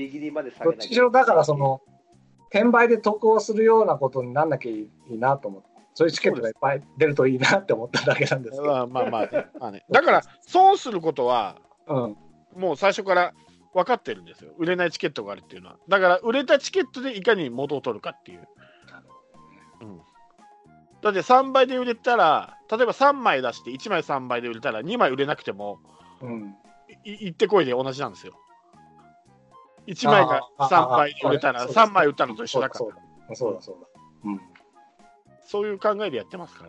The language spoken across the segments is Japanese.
リギリまで下どっげなきゃいけない。 ちにしろだからその転売で得をするようなことになんなきゃいいなと思って、そういうチケットがいっぱい出るといいなって思っただけなんですけど。 まあね。だから損することはうん。 もう最初から分かってるんですよ。売れないチケットがあるっていうのは。だから売れたチケットでいかに元を取るかっていう。だって3倍で売れたら、例えば3枚出して1枚3倍で売れたら2枚売れなくても、行ってこいで同じなんですよ。1枚が3倍で売れたら3枚売ったのと一緒だから。 そうだ。 そういう考えでやってますから。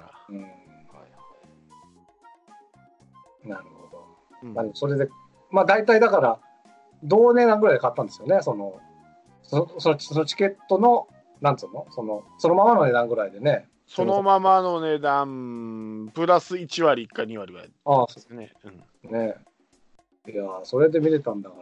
なるほど。それで、まあ大体だから、同値段ぐらいで買ったんですよね。そのチケットの、なんつうのそのままの値段ぐらいでね。 そのままの値段、プラス1割か2割ぐらいですね。 ね。いやそれで見れたんだから。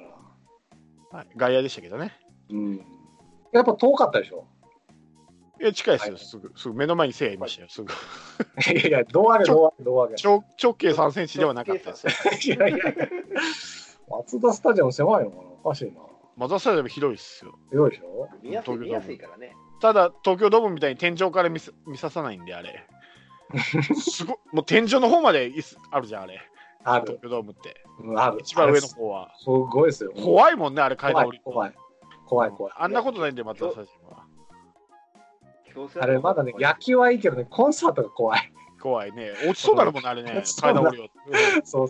はい、外野でしたけどね。 やっぱ遠かったでしょ。 近いですよ、すぐ目の前にせいやいましたよ、すぐ。 いや、胴上げ。 直径3センチではなかったですよ。 いや、松田スタジアム狭いのかな、おかしいな。 松田スタジアム広いですよ。 広いでしょ。 見やすいからね。 ただ、東京ドームみたいに天井から見ささないんで、あれ。すごい、もう天井の方まであるじゃん、あれ。東京ドームって。一番上の方は。 すごいですよ。 怖いもんね、あれ、階段降り。 怖い。 あんなことないんで、松田スタジアムは。 あれ、まだね、野球はいいけどね、コンサートが怖い。 怖いね。落ちそうなるもんね、あれね。階段降りよ。 そう。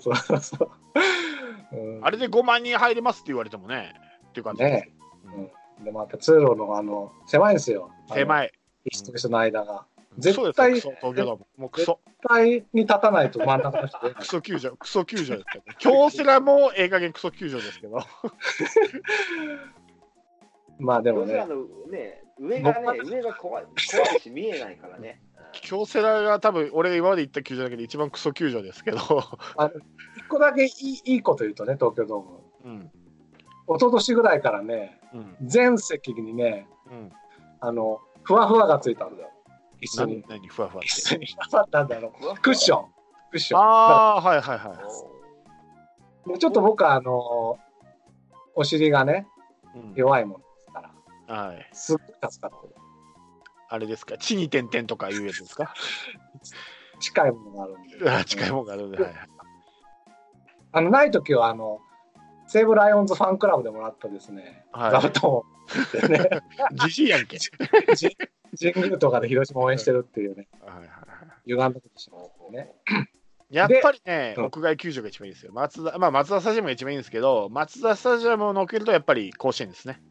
あれで5万人入れますって言われてもね。っていう感じね。でもやっぱ通路の狭いんですよ。 狭い。 椅子と椅子の間が。 絶対東京ドームもうクソ。 絶対に立たないと真ん中の人クソ球場ですけど。京セラもええ加減クソ球場ですけど。 まあでもね。 上が怖いし見えないからね。 京セラが多分俺今まで行った球場だけで一番クソ球場ですけど。 一個だけいいこと言うとね、東京ドーム。一昨年ぐらいからね、全席にね、ふわふわがついたんだよ。椅子に。 何ふわふわって。 椅子になんだろう。クッション。 ああ、はい。 ちょっと僕はお尻がね、弱いもんですから、すっごい助かってる。 あれですか、地に点々とかいうやつですか。 近いものがあるんで。 近いものがあるんで。 ないときは西武ライオンズファンクラブでもらったですね、座布団をね、 じじいやんけ。 神宮とかで広島応援してるっていうね、歪んだことしまってね。 やっぱりね、屋外球場が一番いいですよ。松田スタジアムが一番いいんですけど、松田スタジアムをのけるとやっぱり甲子園ですね。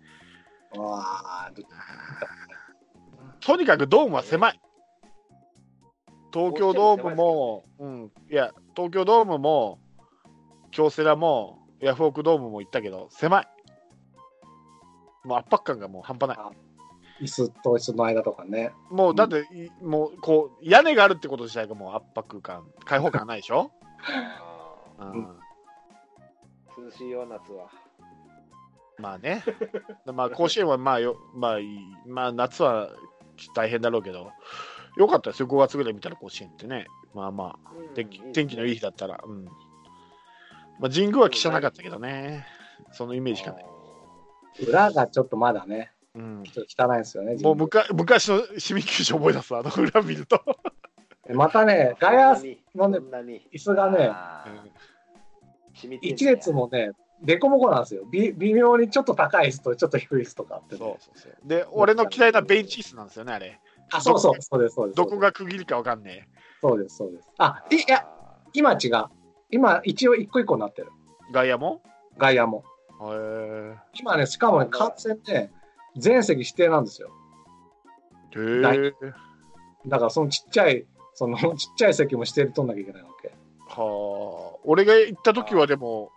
とにかくドームは狭い。東京ドームも、東京ドームも、京セラも、ヤフオクドームも行ったけど、狭い。もう圧迫感がもう半端ない。 椅子と椅子の間とかね。 もうだって、もうこう屋根があるってこと自体がもう圧迫感、開放感ないでしょ。 涼しいよ夏は。 まあね。甲子園は夏は大変だろうけど、よかったですよ。5月ぐらい見たら甲子園ってね。天気のいい日だったら。神宮は汚かったけどね。そのイメージしかない。 裏がちょっとまだね。ちょっと汚いですよね。 もう昔の市民球場思い出すわ、裏見ると。 またね、外野のね、椅子がね、一列もね、デコボコなんですよ。微妙にちょっと高い椅子とちょっと低い椅子とかあって、ね。 で、俺の嫌いなベンチ椅子なんですよね、あれ。 そうです。 どこが区切りかわかんねえ。 そうです。いや、今違う。今、一応一個一個になってる。 外野も。 今ね、しかもね、観戦ね、全席指定なんですよ。だからそのちっちゃい席も指定で取んなきゃいけないわけ。 俺が行った時はでも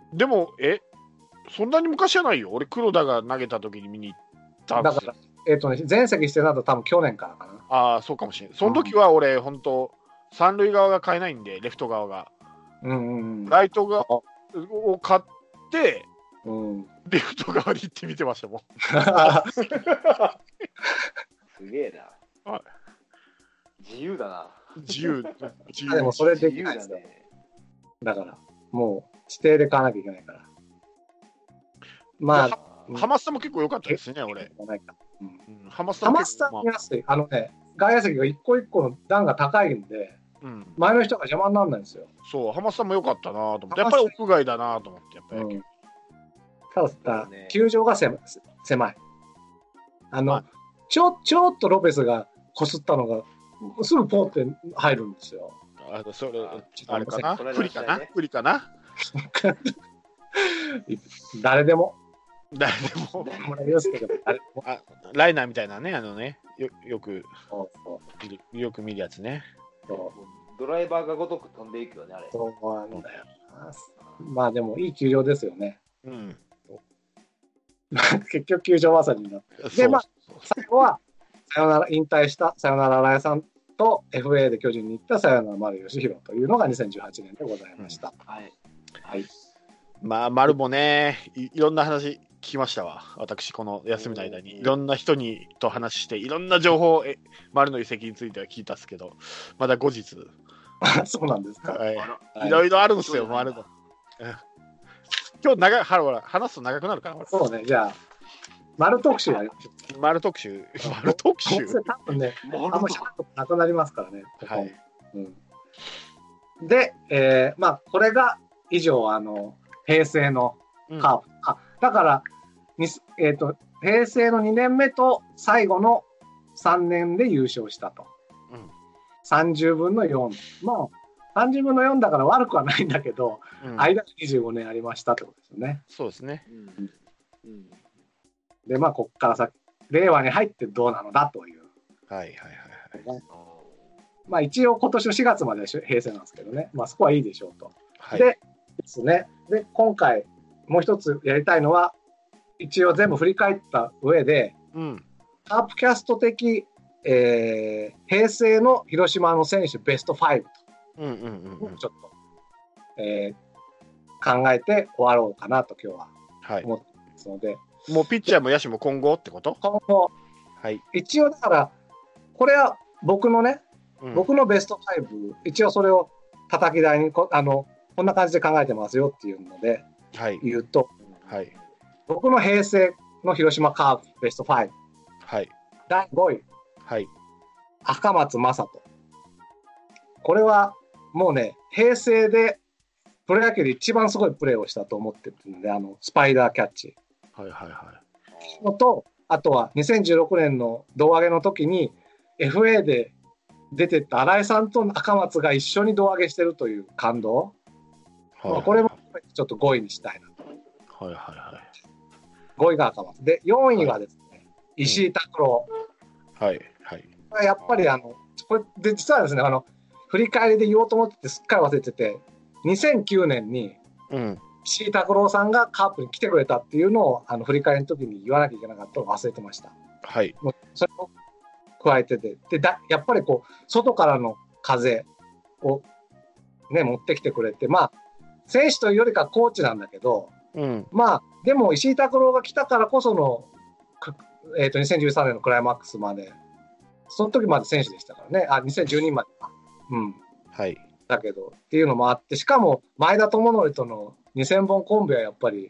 そんなに昔じゃないよ。俺黒田が投げた時に見に行ったんですよ。 だから全席指定だと多分去年からかな。そうかもしれない。その時は俺本当三塁側が買えないんで、レフト側が。ライト側を買って、レフト側に行って見てましたもん。 すげえな。自由だな。 自由。 でもそれできないですよ。だからもう指定で買わなきゃいけないから。 ハマスタも結構良かったですね、俺。ハマスタ見やすい。外野席が一個一個の段が高いんで、前の人が邪魔にならないんですよ。 そう、ハマスタも良かったなと思って、やっぱり屋外だなと思って、やっぱり。 ただ、球場が狭い。ちょっとロペスがこすったのが、すぐポンって入るんですよ。 それ、あれかな、不利かな誰でも。 ライナーみたいなね、よく見るやつね。 ドライバーがごとく飛んでいくよね、あれ。 そうなんだよ。まあでもいい球場ですよね。結局球場まさになって。で、最後は引退したさよなら新井さんと FA で巨人に行ったさよなら丸佳浩というのが2018年でございました。はい。 まあ丸もね、いろんな話聞きましたわ。私この休みの間にいろんな人と話していろんな情報を丸の移籍については聞いたんですけど、まだ後日。 そうなんですか。 いろいろあるんですよ、丸の。今日話すと長くなるから。 そうね、じゃあ丸特集やりましょう。丸特集多分ね、あんまりなくなりますからね。で、これが以上平成のカープ。だから平成の2年目と最後の3年で優勝したと。30分の4。30分の4だから悪くはないんだけど、間が25年ありましたってことですよね。 そうですね。 で、こっから先、令和に入ってどうなのだという。一応今年の4月まで平成なんですけどね。そこはいいでしょうと。ですね。で、今回もう一つやりたいのは、一応全部振り返った上で、カープキャスト的、平成の広島の選手ベスト5と。ちょっと、考えて終わろうかなと今日は思ってますので、 もうピッチャーも野手も今後ってこと？ 今後、一応だからこれは僕のベスト5、一応それを叩き台にこんな感じで考えてますよっていうので言うと、僕の平成の広島カープベスト5、第5位、赤松正人。これはもうね、平成でプロ野球で一番すごいプレーをしたと思ってるので、スパイダーキャッチのと、あとは2016年の胴上げの時に FA で出てった新井さんと赤松が一緒に胴上げしてるという感動、これもちょっと5位にしたいなと。5位が赤松で、4位がですね、石井拓郎。やっぱりこれで実はですね、振り返りで言おうと思っててすっかり忘れてて、2009年に石井拓郎さんがカープに来てくれたっていうのを振り返りの時に言わなきゃいけなかったのを忘れてました。それを加えてて、やっぱり外からの風を、持ってきてくれて、選手というよりかコーチなんだけど、でも石井拓郎が来たからこその、2013年のクライマックスまで、その時まで選手でしたからね。2012までか。だけどっていうのもあって、しかも前田智則との2000本コンビはやっぱり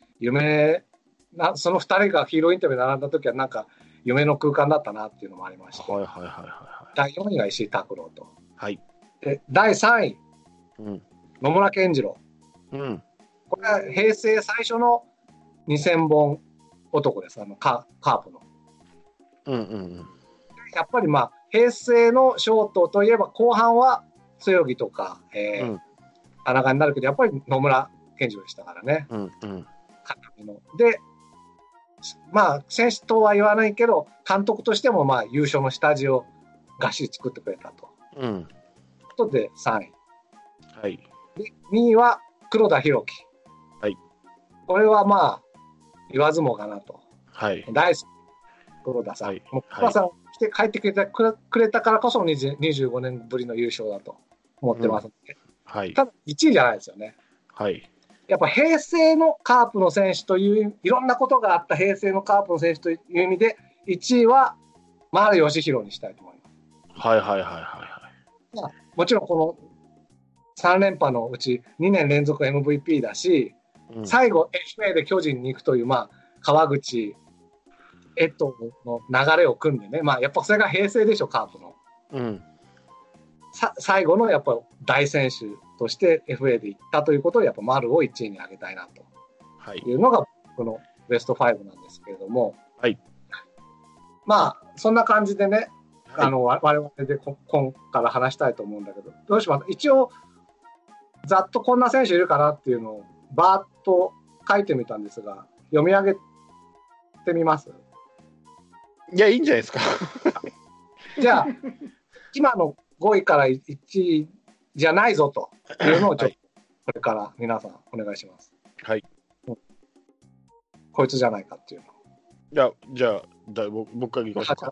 その2人がヒーローインタビュー並んだ時はなんか夢の空間だったなっていうのもありまして、第4位が石井拓郎と、で第3位、野村健次郎、これは平成最初の2000本男です、カープの。やっぱり平成のショートといえば後半は強木とか、田中になるけど、やっぱり野村健次郎でしたからね。で、選手とは言わないけど、監督としても優勝の下地をがっしり作ってくれたと。ことで3位。で2位は黒田博樹。これは言わずもがなと。大好き。黒田さん。黒田さん来て帰ってくれたからこその25年ぶりの優勝だと思ってますので、ただ1位じゃないですよね。やっぱ平成のカープの選手といういろんなことがあった平成のカープの選手という意味で1位は丸佳浩にしたいと思います。もちろんこの3連覇のうち2年連続 MVP だし、最後 FA で巨人に行くという川口、江藤の流れを組んでね、まあ、やっぱそれが平成でしょ、カープの。 うん。 最後のやっぱ大選手として FA で行ったということで、やっぱ丸を1位に上げたいなというのが、このベスト5なんですけれども、 はい。 まあ、そんな感じでね、はい、我々で今から話したいと思うんだけど、どうします？一応、ざっとこんな選手いるかなっていうのをバーッと書いてみたんですが、読み上げてみます？ いや、いいんじゃないですか。 じゃあ、今の5位から1位じゃないぞというのをちょっとこれから皆さんお願いします。 はい。 こいつじゃないかっていうの。 じゃあ僕から言いましょうか。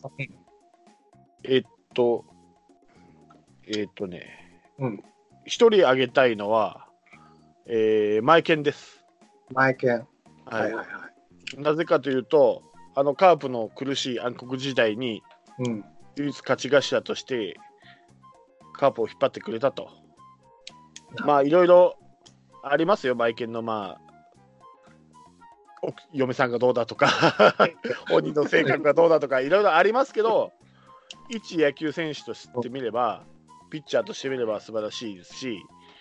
一人挙げたいのは、マイケンです。 マイケン。はいはいはい。なぜかというと、カープの苦しい暗黒時代に、唯一勝ち頭としてカープを引っ張ってくれたと。まあいろいろありますよ、マイケンの嫁さんがどうだとか本人の性格がどうだとかいろいろありますけど、一野球選手としてみれば、ピッチャーとしてみれば素晴らしいですし、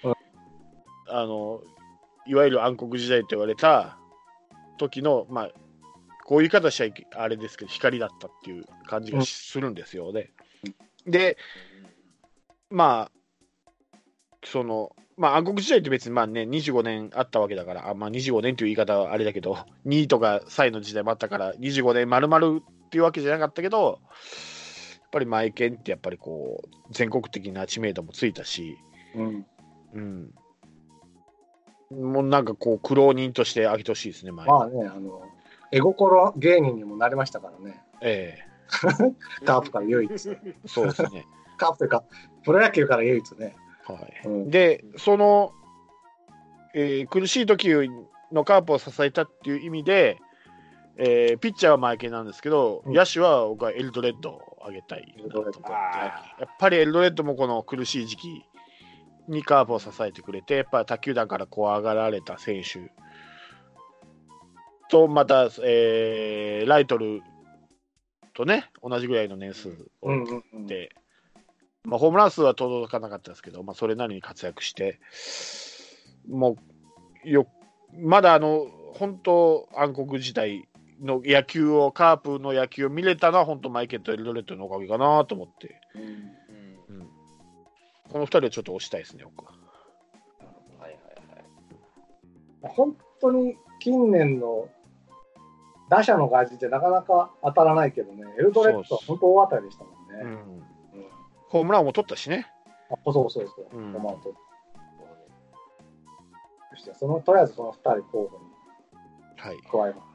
いわゆる暗黒時代と言われた時の、まあこういう言い方しちゃあれですけど、光だったっていう感じがするんですよね。で、まあ暗黒時代って別に25年あったわけだから、25年という言い方はあれだけど、2位とか3位の時代もあったから、25年丸々っていうわけじゃなかったけど、やっぱりマイケンってやっぱりこう全国的な知名度もついたし、もうなんかこう苦労人として挙げてほしいですね。 まあね、絵心芸人にもなりましたからね。カープから唯一。 そうですね。 カープというかプロ野球から唯一ね。 で、その、苦しい時のカープを支えたっていう意味で、ピッチャーはマイケンなんですけど、野手は僕はエルドレッドを挙げたいなと思って、やっぱりエルドレッドもこの苦しい時期にカープを支えてくれて、やっぱり他球団から怖がられた選手と、また、ライトルとね、同じぐらいの年数をで、ホームラン数は届かなかったですけど、それなりに活躍して、もうまだ本当暗黒時代の野球を、カープの野球を見れたのは本当マイケンとエルドレッドのおかげかなと思って、この2人はちょっと推したいですね、僕は。 本当に近年の打者の外人ってなかなか当たらないけどね、エルドレッドは本当大当たりでしたもんね。 ホームランも取ったしね。 そう。ホームラン取った。とりあえずその2人候補に加えます。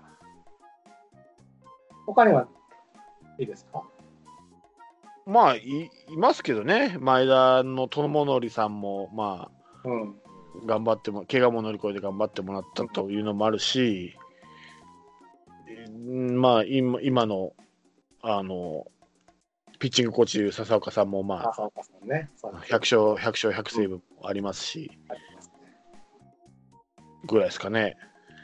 他にはいいですか？ いますけどね、前田の友則さんも、頑張っても、怪我も乗り越えて頑張ってもらったというのもあるし、今の、ピッチングコーチという笹岡さんも、 笹岡さんね、 100勝100セーブもありますし、ぐらいですかね。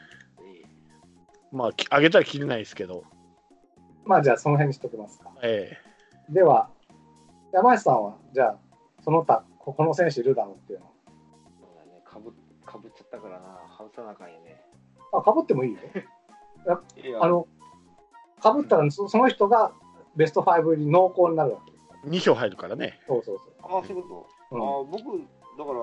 上げたら切れないですけど。 じゃあその辺にしときますか。では、山下さんは、じゃあ、その他、この選手いるだろうっていうの。 そうだね、かぶっちゃったからな、外さなあかんよね。 かぶってもいいよ。かぶったらその人がベスト5に濃厚になるわけです。 2票入るからね。 そう。そういうこと。僕、だから、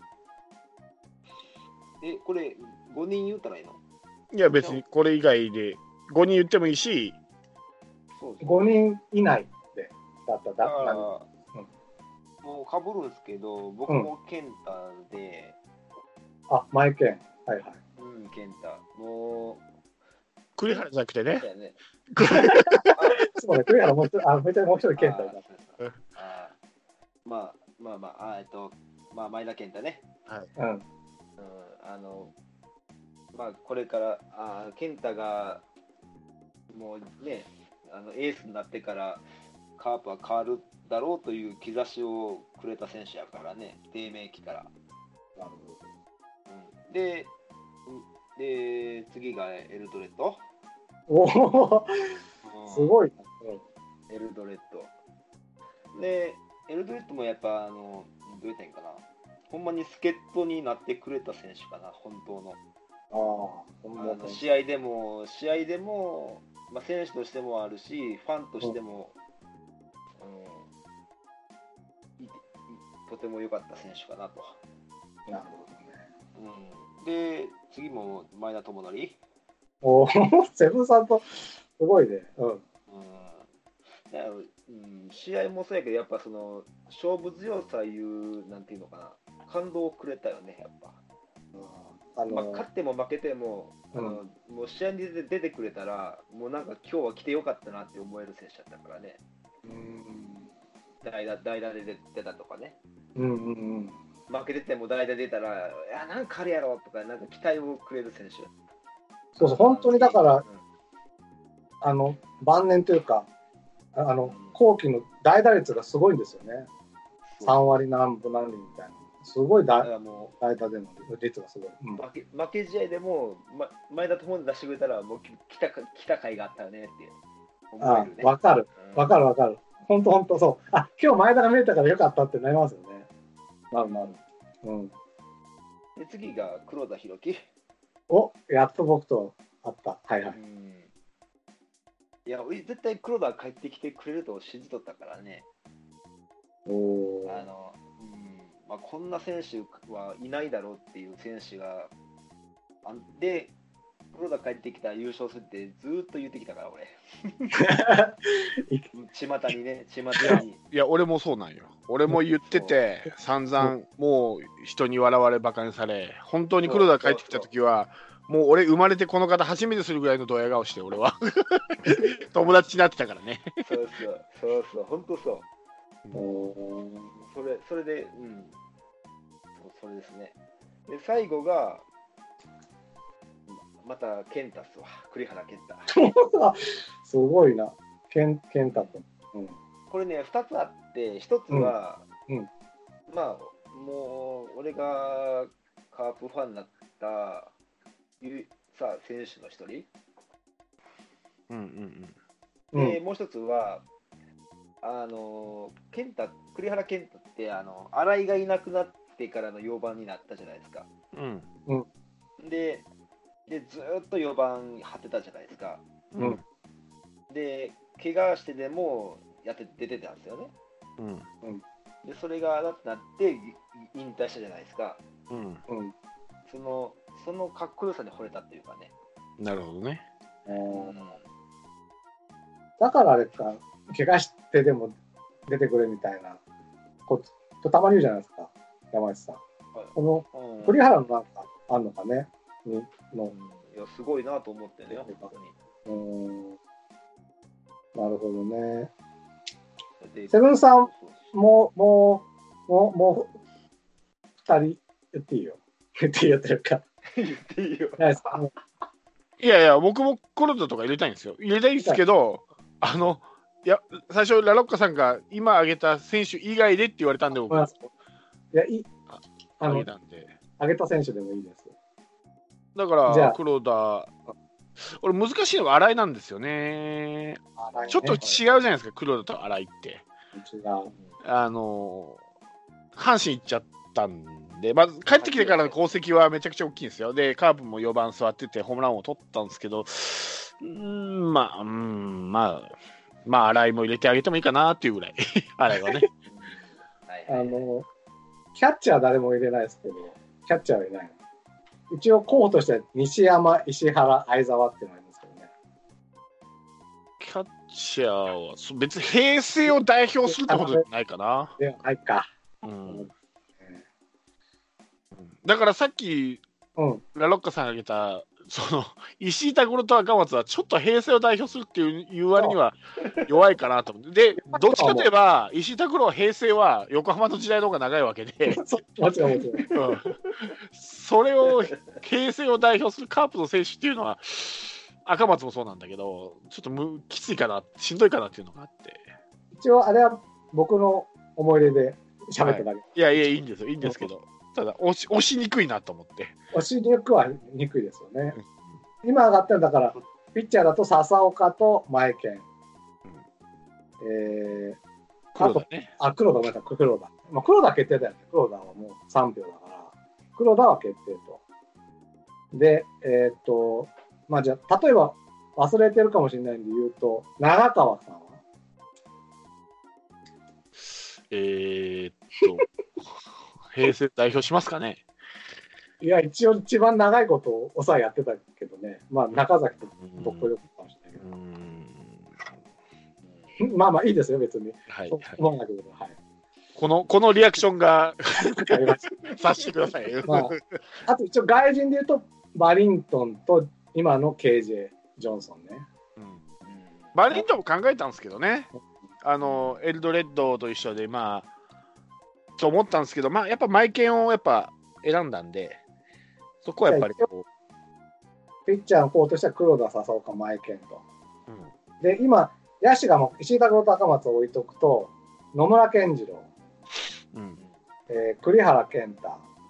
これ、5人言ったらいいの？ いや、別にこれ以外で5人言ってもいいし、 5人以内でだったら、 もうかぶるんですけど、僕も健太で、 マイケン、 健太、もう栗原じゃなくてね。 そうね、栗原もう一人健太だ。 前田健太ね。これから健太がもうね、エースになってからカープは変わるだろうという兆しをくれた選手やからね、低迷期から。で次がエルドレッド。 おお、すごいな。 エルドレッド。で、エルドレッドもやっぱ、どう言ったらいいんかな。ほんまに助っ人になってくれた選手かな、本当の。試合でも、まあ、選手としてもあるし、ファンとしても、とても良かった選手かなと。 なるほどね。 で、次も前田智則。 おお、セブンさんと、すごいね。 試合もそうやけど、やっぱその勝負強さいうなんていうのかな、感動をくれたよね、やっぱ。まあ、勝っても負けても、もう試合に出てくれたら、もうなんか今日は来てよかったなって思える選手だったからね。代打で出たとかね。負けてても代打出たら、いや、なんかあれやろとか、なんか期待をくれる選手。 そうそう、本当にだから、晩年というか、後期の代打率がすごいんですよね。3割何分何厘みたいな。すごい代打での率がすごい。 負け試合でも、前田智則出してくれたら、もう来た甲斐があったよねって思えるね。 わかる。本当そう。今日前田が見れたからよかったってなりますよね。なる。 で、次が黒田博樹。 やっと僕と会った。はいはい。 いや、絶対黒田帰ってきてくれると信じとったからね。まあ、こんな選手はいないだろうっていう選手がで、黒田帰ってきたら優勝するってずーっと言ってきたから俺。巷にね、 いや俺もそうなんよ。俺も言ってて散々もう人に笑われバカにされ、本当に黒田帰ってきた時はもう俺生まれてこの方初めてするぐらいのドヤ顔して俺は友達になってたからね。 そう本当そう。それでそれですね。で最後がまた健太っすわ、栗原健太。 すごいな、健太君。 これね2つあって、1つは、まあもう俺がカープファンになった選手の一人。でもう一つは栗原健太って新井がいなくなってからの4番になったじゃないですか。でずーっと4番張ってたじゃないですか。で怪我してでも出てたんですよね。でそれがなって引退したじゃないですか。そのかっこよさに惚れたっていうかね。 なるほどね。 だからあれか、怪我してでも出てくれみたいなことたまに言うじゃないですか、山内さん。この栗原のなんかあんのかね。 いやすごいなと思ってね、本当に。なるほどね。セブンさんもう2人言っていいよ。言っていいよというか。 言っていいよ。 いや僕も黒田とか入れたいんですよ。入れたいんですけど、いや最初ラロッカさんが今挙げた選手以外でって言われたんで僕は。 いや挙げた選手でもいいです。 だから黒田、俺難しいのが新井なんですよね。ちょっと違うじゃないですか、黒田と新井って。 違う。 阪神行っちゃったんで、まず帰ってきてからの功績はめちゃくちゃ大きいんですよ。でカープも4番座っててホームランを取ったんですけど、まあ新井も入れてあげてもいいかなっていうぐらい新井はね。 キャッチャー誰も入れないですけど、キャッチャーはいない。一応候補としては西山、石原、相澤っていうのがありますけどね。 キャッチャーは別に平成を代表するってことじゃないかな。 ではないか。 だからさっき、ラロッカさんが挙げた石井拓郎と赤松はちょっと平成を代表するっていう割には弱いかなと思って。でどっちかといえば石井拓郎は平成は横浜の時代の方が長いわけでそれを平成を代表するカープの選手っていうのは赤松もそうなんだけど、ちょっときついかな、しんどいかなっていうのがあって、 一応あれは僕の思い出で喋っただけ。 いやいいんですよ、いいんですけど、ただ押しにくいなと思って。 押しにくいですよね。今上がってるんだからピッチャーだと笹岡と前健。 黒田ね。 黒田、ごめんなさい、黒田。まあ、黒田決定だよね。黒田はもう3票だから、黒田は決定と。で、まあじゃあ、例えば忘れてるかもしれないんで言うと、長川さんは平成代表しますかね。 いや、一応一番長いことを抑えやってたけどね。まあ、中崎とどっこよくかもしれないけど。まあまあいいですよ、別に。 はい。 思わなければ、はい。 このリアクションがさせてくださいよ。 まあと一応外人で言うと、バリントンと今の KJ ジョンソンね。 バリントンも考えたんですけどね。エルドレッドと一緒で、まあ、と思ったんですけど、まあ、やっぱマイケンをやっぱ選んだんで、そこはやっぱりこう。 ピッチャーの方としては黒田、笹岡、マイケンと。で、今、野手がもう石井拓郎、高松を置いとくと、野村健次郎、栗原健太、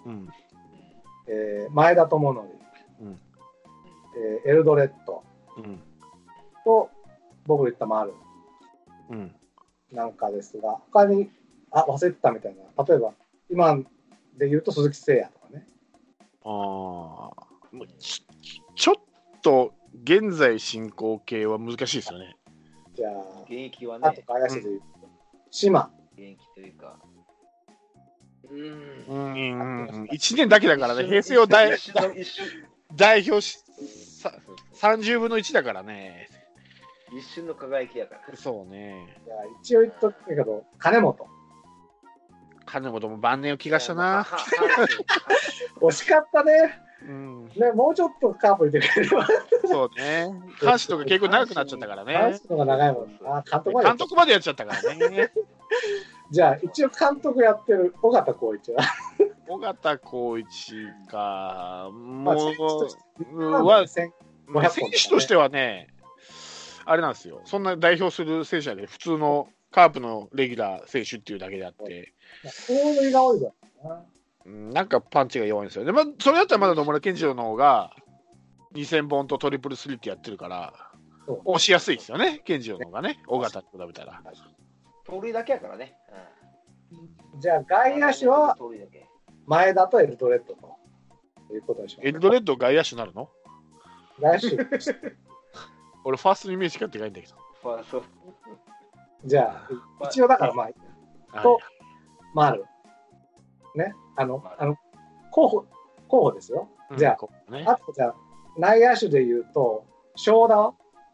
前田智則、エルドレッド、と、僕言った丸なんかですが、他に、忘れてたみたいな、例えば、今で言うと鈴木誠也とかね。 ちょっと現在進行形は難しいですよね。 じゃあ、 現役はね、 あと怪しいで言うと、島。 現役というか、 1年だけだからね、平成を代表し、30分の1だからね。 一瞬の輝きやから。 そうね。 いや一応言っとくけど、金本も晩年を気がしたな。 惜しかったね。ね、もうちょっとカープ入れてくれれば。 そうね。阪神とか結構長くなっちゃったからね。 阪神の方が長いもん。 監督までやっちゃったからね。 じゃあ、一応監督やってる尾形浩一は。 尾形浩一か。選手としてはね、あれなんですよ。そんな代表する選手はね、普通のカープのレギュラー選手っていうだけであって。 大食いが多いだろうな。 なんかパンチが弱いんですよね。まあ、それだったらまだ野村健次郎の方が2000本とトリプルスリーってやってるから押しやすいですよね、健次郎の方がね、尾形と比べたら。 盗塁だけやからね。 じゃあ外野手は前田とエルドレッドということでしょう。 エルドレッド外野手になるの？ 外野手俺ファーストにイメージしかでかいんだけど。 じゃあ一応だからまあ、と丸ね、候補ですよ。じゃあ、あとじゃあ内野手で言うと正田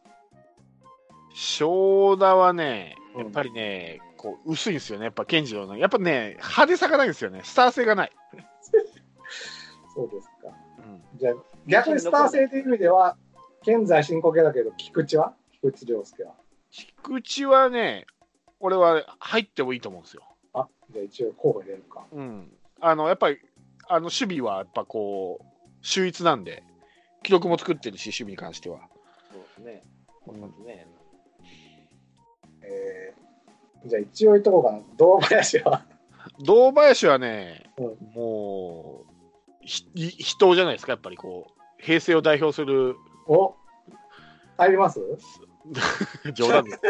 はね、やっぱりね、こう薄いんですよね。やっぱ健次郎のやっぱね、派手さがないんですよね。スター性がない。 そうですか。じゃあ逆にスター性という意味では現在進行形だけど菊池涼介は。 菊池はね、俺は入ってもいいと思うんですよ。 じゃあ一応候補入れるか。 やっぱり守備はやっぱこう秀逸なんで、記録も作ってるし、守備に関しては。 そうですね。 じゃあ一応言っとこうかな。堂林はね、もう人じゃないですか、やっぱりこう平成を代表する。 入ります？ 冗談です。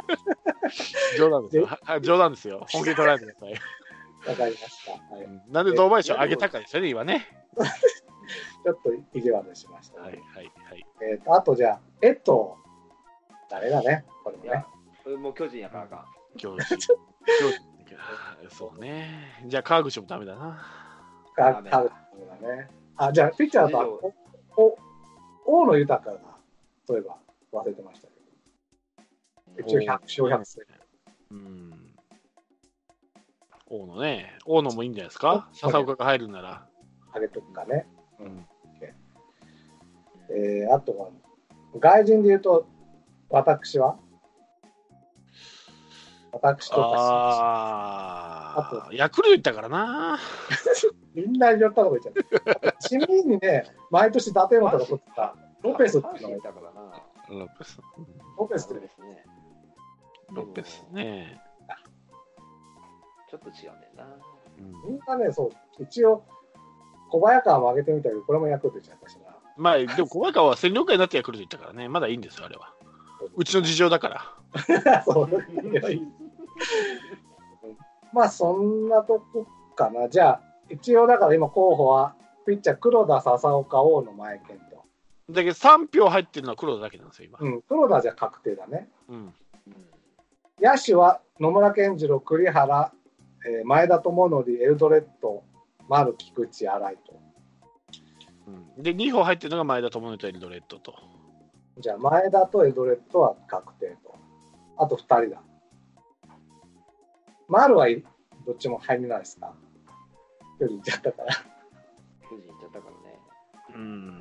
冗談ですよ。本気で捉えてください。 わかりました。 なんで堂林を上げたかですよね、今ね。 ちょっと意地悪しました。あとじゃあ、誰だね、これもね。 もう巨人やからか。 巨人。そうね。じゃあ川口もダメだな。 川口もだね。じゃあピッチャーだと大野豊が例えば忘れてましたけど。一応100勝100戦。 大野もいいんじゃないですか。笹岡が入るなら。 上げとくかね。あとは外人で言うと私とあとヤクルト行ったからな。 みんないろんなとこ行っちゃう。地味にね、毎年打点王とか取ってたロペスっていうのがいたからな。ロペスね。 ちょっと違うんだよな。 みんなね、そう、一応小早川も上げてみたけど、これもヤクルト行っちゃったしな。 まあ、でも小川は占領下になっては来ると言ったからね、まだいいんですよ、あれは。うちの事情だから。 そういやいいまあそんなとこかな。じゃあ一応だから今候補はピッチャー黒田、笹岡、大野、前健と。 だけど3票入ってるのは黒田だけなんですよ、今。 うん、黒田じゃ確定だね。 うん、 野手は野村健次郎、栗原、前田智則、エルドレッド、丸、菊池、新井と。 うん、で、2票入ってるのが前田智則とエルドレッドと。 じゃあ前田とエルドレッドは確定と。あと2人だ。丸はどっちも入りないですか？巨人行っちゃったから。 巨人行っちゃったからね。 うん。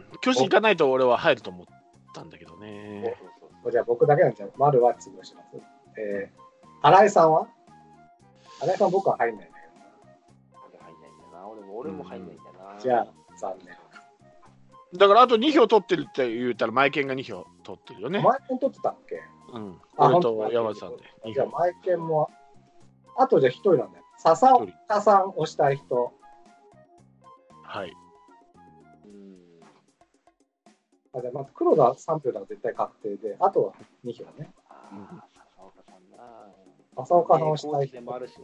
巨人行かないと俺は入ると思ったんだけどね。 じゃあ僕だけなんじゃ丸は潰します。新井さんは？新井さん僕は入んないんだけどな。入んないんだな。俺も入んないんだな。 じゃあ残念。 だからあと2票取ってるって言ったらマイケンが2票取ってるよね。 マイケン取ってたっけ？ うん。俺と山田さんで。 じゃあマイケンも、あとじゃあ1人なんだよ。笹岡さん押したい人。 はい。 じゃあまず黒田3票だと絶対確定で、あとは2票ね。 笹岡さんな。 笹岡さん押したい人。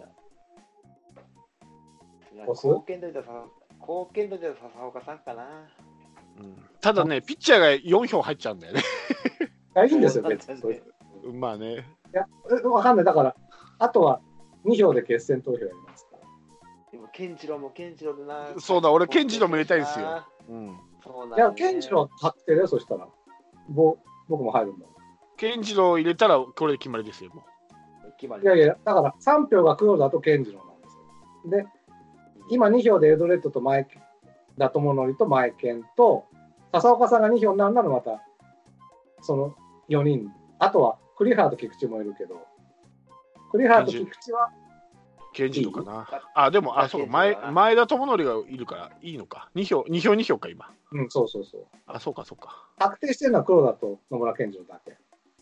貢献度で笹岡さんかな。 ただね、ピッチャーが4票入っちゃうんだよね。 いや、いいんですよ、別に。 まあね。 いや、わかんない。だから、あとは2票で決選投票やりますから。 でも、健次郎でな。 そうだ、俺、健次郎も入れたいんですよ。 いや、健次郎は確定だよ、そしたら。僕も入るもん。 健次郎入れたら、これで決まりですよ、もう。いやいや、だから3票が黒田と健次郎なんですよ。で、今2票でエルドレッドと前田智則と前健と、笹岡さんが2票になるならまた、その4人。あとは栗原と菊池もいるけど、栗原と菊池は健次郎かな。あ、でも、そうか、前田智則がいるからいいのか。2票か、今。 うん、そうそうそう。 あ、そうか、そうか。 確定してるのは黒田と野村健次郎だけ。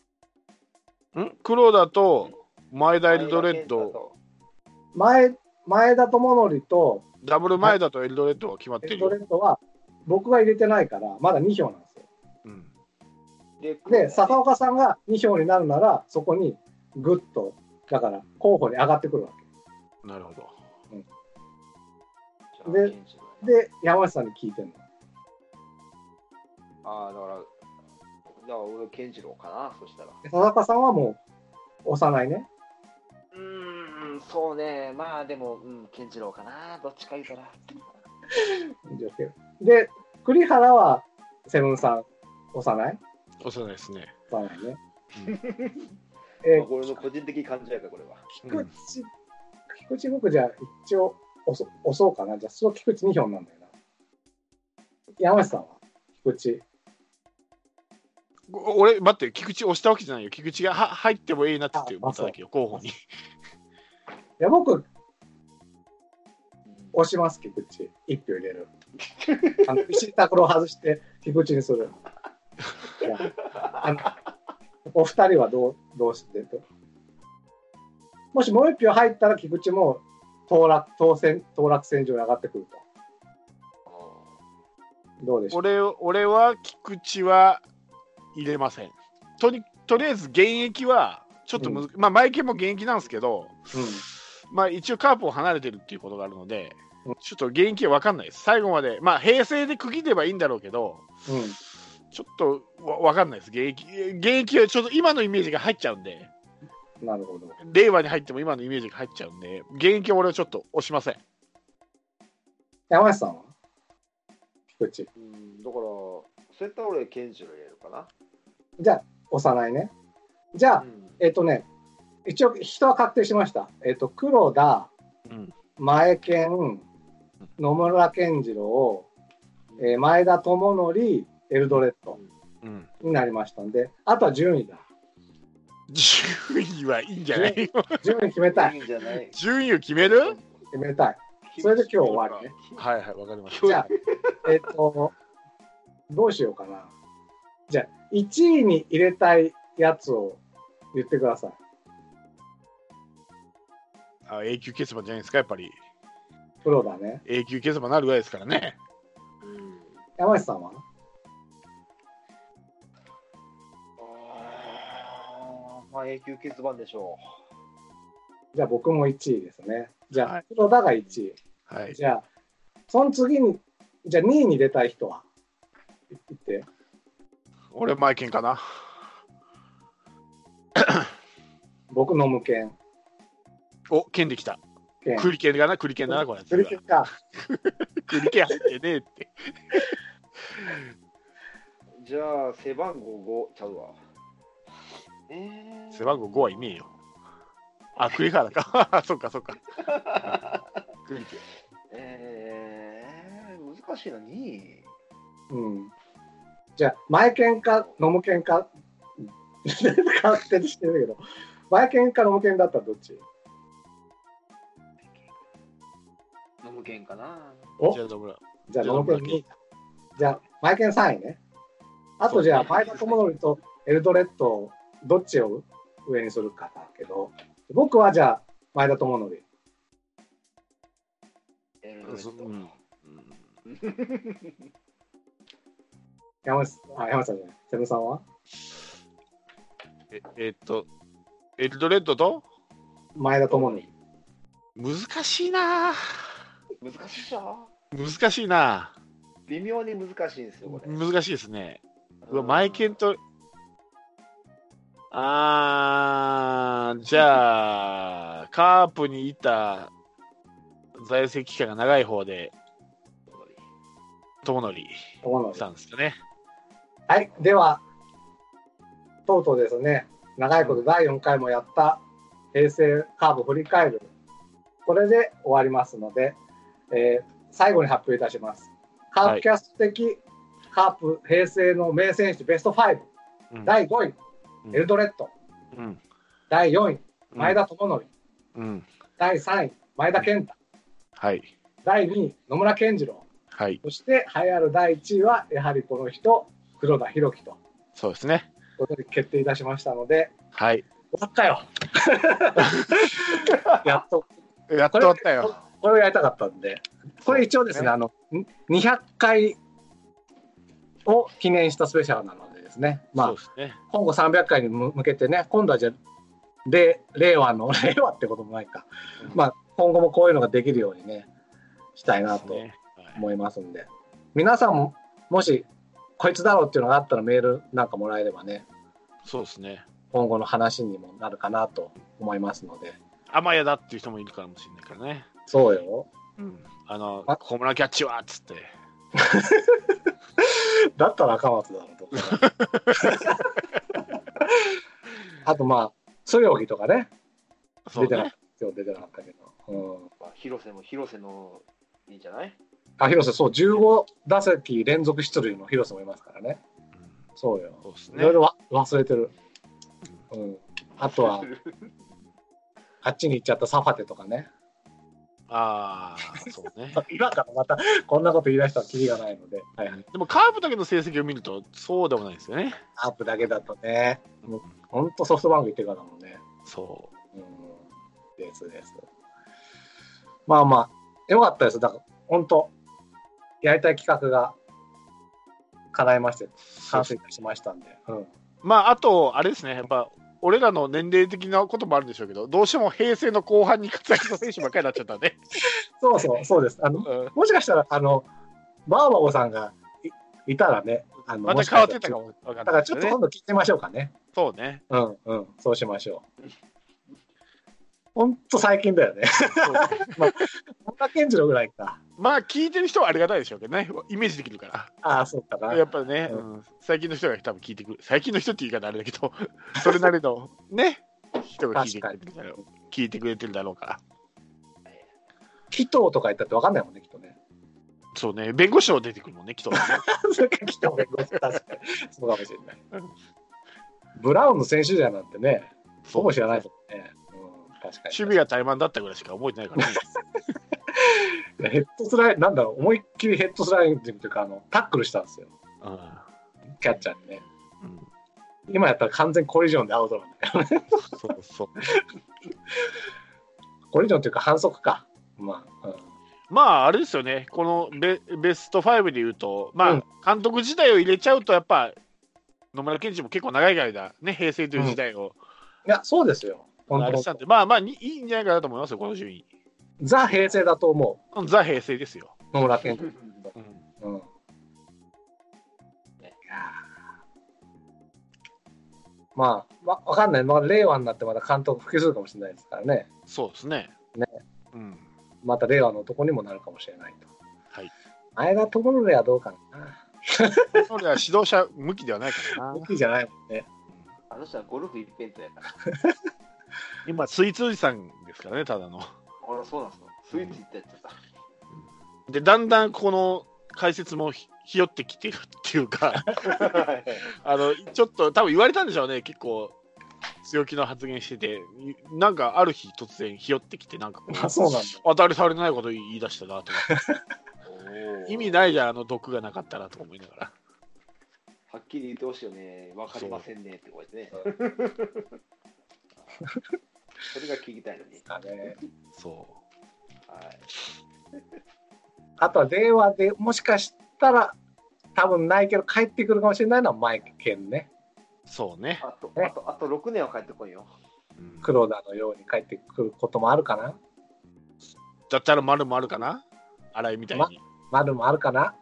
黒田と前田エルドレッド。 前田智則とダブル前田とエルドレッドは決まってるよ。 エルドレッドは僕が入れてないからまだ2票なんですよ。で笹岡さんが2票になるならそこにグッとだから候補に上がってくるわけ。なるほど。 で山下さんに聞いてんの。 だから俺健次郎かな、そしたら。 笹岡さんはもう押さないね。 そうね、まあでも、健次郎かな、どっちか言うたら。 で、栗原はセブンさん押さない？ 押さないですね。 押さないね。 これの個人的感情やから、これは。 菊池僕じゃあ一応押そうかな。じゃあその菊池2票なんだよな。山下さんは菊池。 俺、待って、菊池押したわけじゃないよ。菊池が入ってもいいなって思っただけよ、候補に。 いや、僕、押します、菊池。1票入れる。石井拓郎外して、菊池にする。お二人はどうしてと。もしもう1票入ったら、菊池も当落線上に上がってくると。どうでしょう？ 俺は菊池は入れません。とりあえず現役はちょっとまあマイケンも現役なんですけど、まあ一応カープを離れてるっていうことがあるので、ちょっと現役は分かんないです。最後までまあ平成で区切ればいいんだろうけど、ちょっと分かんないです。現役はちょっと今のイメージが入っちゃうんで。 なるほど。 令和に入っても今のイメージが入っちゃうんで、現役は俺はちょっと押しません。 山下さんは菊池。 だからそういったら俺健次郎入れるかな。 じゃあ押さないね。じゃあ、一応人は確定しました。黒田、前健、野村健次郎、前田智則、エルドレッドになりましたんで、あとは順位だ。 順位はいいんじゃない順位決めたい。 順位を決める？ 決めたい。それで今日終わりね。 はいはい、わかりました。 じゃあ、どうしようかな。じゃあ、1位に入れたいやつを言ってください。 永久欠番じゃないですか、やっぱり。 プロだね。 永久欠番なるぐらいですからね。 山下さんは？ まあ永久欠番でしょじゃあ僕も1位ですね。じゃあ、 はい、 黒田が1位。 はい、 じゃあ、その次に、じゃあ2位に出たい人は言って。 俺、マイケンかな。 僕、ノムケン。 お、剣できた。クリケンかな、クリケンだな、これ。 クリケンか。 クリケン入ってねえって。 じゃあ、背番号5ちゃうわ。 背番号5はいねえよ。あ、クリカーだか。そっかそっか。クリケン。 難しいな、2位。 うん。じゃあ、マイケンか、ノムケンか、勝手にしてるけど、マイケンかノムケンだったらどっち？ ノムケンかな。 おじゃあ、どうもじゃあ、ノムケン2位。じゃあ、マイケン3位ね。あと、じゃあ、前田智則とエルドレッド、どっちを上にするかだけど、僕はじゃあ、前田智則。山下さんじゃない。瀬野さんはエルドレッドと前田智則。 難しいな。 難しいじゃん。 難しいな。 微妙に難しいんですよ、これ。 難しいですね。マイケンと、じゃあ、カープにいた在籍期間が長い方で、友則さんですかね。 はい、では、とうとうですね、長いこと第4回もやった平成カープ振り返る、これで終わりますので、最後に発表いたします。カープキャスト的カープ平成の名選手ベスト5、第5位、エルドレッド、第4位、前田智則、第3位、前田健太、第2位、野村健次郎、そして栄えある第1位はやはりこの人、黒田博樹と。 そうですね。 ことで決定いたしましたので、 はい。 終わったよ。やっと終わったよ。 これをやりたかったんで、これ一応ですね、200回を記念したスペシャルなのでですね、まあ、今後300回に向けてね、今度はじゃあ、令和ってこともないか、まあ、今後もこういうのができるようにね、したいなと思いますんで、皆さんも、もし、こいつだろうっていうのがあったらメールなんかもらえればね、 そうですね。 今後の話にもなるかなと思いますので。 甘やだっていう人もいるかもしれないからね。 そうよ。 ホームランキャッチはっつって。 だったら赤松だろうとか。あとまあ、そよぎとかね。出てなかったけど。 広瀬のいいんじゃない？ 広瀬、そう、15打席連続出塁の広瀬もいますからね。そうよ。いろいろ忘れてる。あとは、あっちに行っちゃったサファテとかね。 そうね。 今からまたこんなこと言い出したらキリがないので。 でもカープだけの成績を見るとそうでもないですよね。 カープだけだとね、本当ソフトバンク行ってからだもんね。 そう。 です。まあまあ、よかったです。だから本当、やりたい企画が叶いまして、完成いたしましたんで。 まあ、あと、あれですね、やっぱ、俺らの年齢的なこともあるんでしょうけど、どうしても平成の後半に活躍の選手ばっかりになっちゃったんで。 そうです。もしかしたら、バーバボさんがいたらね、 また変わってたかもわかんない。 だからちょっと今度聞いてみましょうかね。 そうね。 そうしましょう。ほんと最近だよね。まあ、本田健次郎ぐらいか。 まあ、聞いてる人はありがたいでしょうけどね、イメージできるから。 そうかな。 やっぱりね、最近の人が多分聞いてくる。最近の人って言い方あれだけど、それなりのね、人が聞いてくれてるだろうから。 紀藤とか言ったって分かんないもんね、きっとね。 そうね、弁護士も出てくるもんね、紀藤ね。 紀藤弁護士、確かに。そうかもしれない。ブラウンの選手じゃなんてね、ほぼ知らないもんね。 守備が怠慢だったぐらいしか覚えてないからね。 ヘッドスライディング、なんだろう、思いっきりヘッドスライディングというか、タックルしたんですよ。キャッチャーにね。今やったら完全コリジョンでアウトなんだよね。 そう。 コリジョンというか反則か。 まあ、あれですよね、このベスト5でいうと、まあ、監督時代を入れちゃうと、やっぱ野村健二も結構長い間、ね、平成という時代をや、そうですよ。 あれしたんで、まあまあいいんじゃないかなと思いますよ、この順位。 ザ平成だと思う。ザ平成ですよ。 野村健人。うん。まあ、わかんない。まあ、令和になってまた監督復帰するかもしれないですからね。 そうですね。 ね。また令和の男にもなるかもしれないと。はい。前田智則はどうかな。 それは指導者向きではないからな。 向きじゃないもんね。 あの人はゴルフ一辺倒やから。 今、スイーツおじさんですからね、ただの。 あら、そうなんですか。スイーツ行ったやつだ。 で、だんだんこの解説もひよってきてるっていうか、ちょっと多分言われたんでしょうね、結構強気の発言してて、なんかある日突然ひよってきて、なんかこう、 そうなんだ。 当たり障りないこと言い出したなと思って。意味ないじゃん、あの毒がなかったらと思いながら。 はっきり言ってほしいよね、わかりませんねってこうやってね。それが聞きたいのに。 そう。 はい。あとは電話でもしかしたら多分ないけど帰ってくるかもしれないのはマイケンね。 そうね。 あと6年は帰ってこいよ。 黒田のように帰ってくることもあるかな。 だったら丸もあるかな、新井みたいに。 丸もあるかな。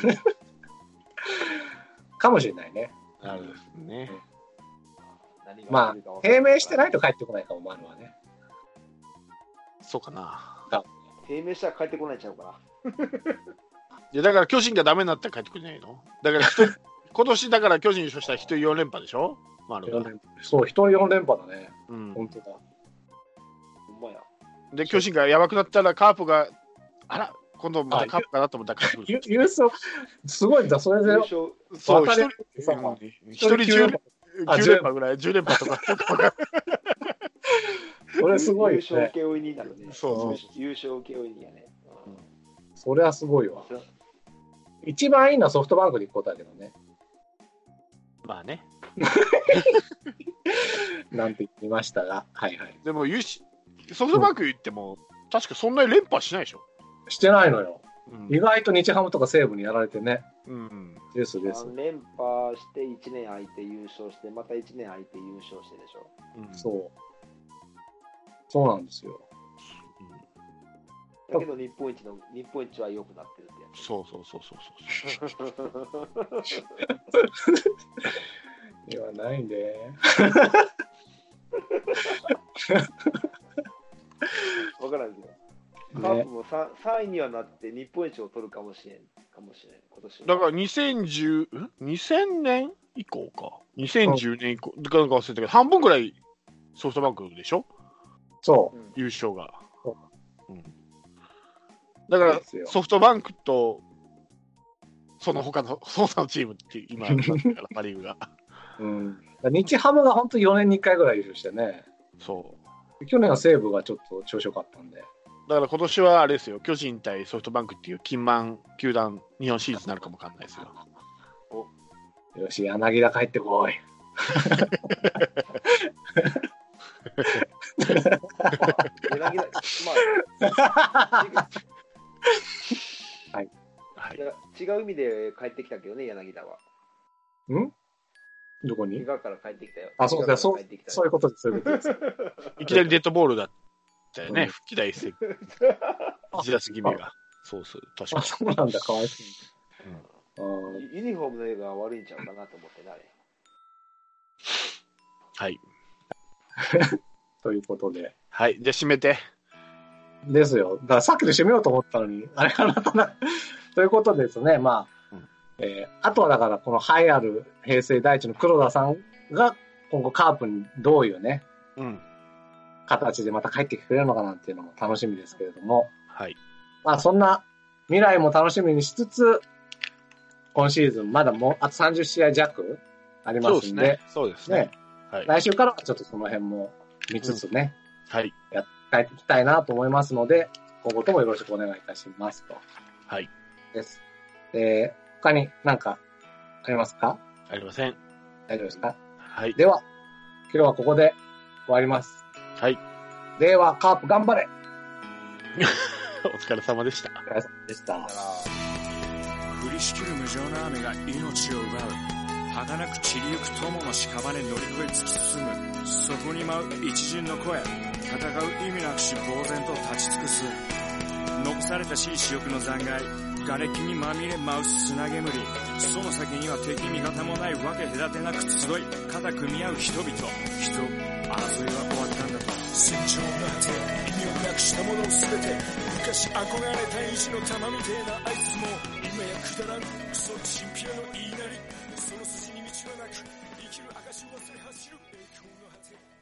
かもしれないね。 なるですね。 まあ低迷してないと帰ってこないかも、丸はね。 そうかな。 低迷したら帰ってこないちゃうかな。 いやだから巨人がダメになったら帰ってくるんじゃないの。だから今年だから巨人優勝したら1人4連覇でしょ。 そう、1人4連覇だね。本当だ。 ほんまや。 で巨人がやばくなったらカープがあら今度またカープかなと思ったら帰ってくる。 優勝すごいんだ。それでそう1人9連覇ぐらい10連覇とか。 それすごいね。 優勝請負になるね。 そう優勝請負にやね。 それはすごいわ。一番いいのはソフトバンクで行くことだけどね。 まあね。 なんて言いましたが、はいはい。 でもソフトバンク言っても、確かそんなに連覇しないでしょ。 してないのよ。意外と日ハムとか西武にやられてね。ですです。 連覇して1年空いて優勝して、また1年空いて優勝してでしょ。 そうなんですよ。 だけど日本一は良くなってるってやつ。 そう。 言わないで。 わからんけど。カープも3位にはなって日本一を取るかもしれない今年は。 だから2000年以降か。2010年以降なんか忘れたけど半分ぐらいソフトバンクでしょ。 そう。 優勝が。だからソフトバンクとその他のチームって今なってからパ・リーグが。 日ハムが本当4年に1回ぐらい優勝してね。 そう。 去年は西武がちょっと調子良かったんで。 だから今年はあれですよ、巨人対ソフトバンクっていう金満球団日本シリーズになるかもわかんないですよ。 よし、柳田帰ってこい。 柳田、 はい。 違う意味で帰ってきたけどね、柳田は。 どこに？ 怪我から帰ってきたよ。 そういうことです。 いきなりデッドボールだったよね、復帰第一戦。1打席目が。そう、確かに。 そうなんだ、かわいそうに。ユニフォームの絵が悪いんちゃうかなと思ってね、あれ。 はい。 ということで。 はい、じゃあ締めて。 ですよ。だからさっきで締めようと思ったのに、あれかなとな。ということですね、まあ、あとはだからこの栄えある平成第一の黒田さんが今後カープにどういうね、形でまた帰ってきてくれるのかなっていうのも楽しみですけれども、 はい。 まあそんな未来も楽しみにしつつ、今シーズンまだもうあと30試合弱ありますんで、 そうですね。 はい、来週からはちょっとその辺も見つつね、 はい。 やっていきたいなと思いますので、今後ともよろしくお願いいたしますと。 はい。 です。他に何かありますか？ ありません。 大丈夫ですか？ はい。 では、今日はここで終わります。 はい。 では、カープ頑張れお疲れ様でした。 お疲れ様でした。 降りしきる無情な雨が命を奪う。儚く散りゆく友の屍乗り越え突き進む。 そこに舞う一陣の声、戦う意味なくし呆然と立ち尽くす。残されたしい死翼の残骸、瓦礫にまみれ舞う砂煙、その先には敵味方もないわけ隔てなく集い肩組み合う人々。争いは終わったんだと。戦場の果て、意味をなくしたものを全て、昔憧れた意地の玉みてえなあいつも今やくだらんクソチンピラの言いなり、その筋に道はなく生きる証を忘れ走る栄光の果て。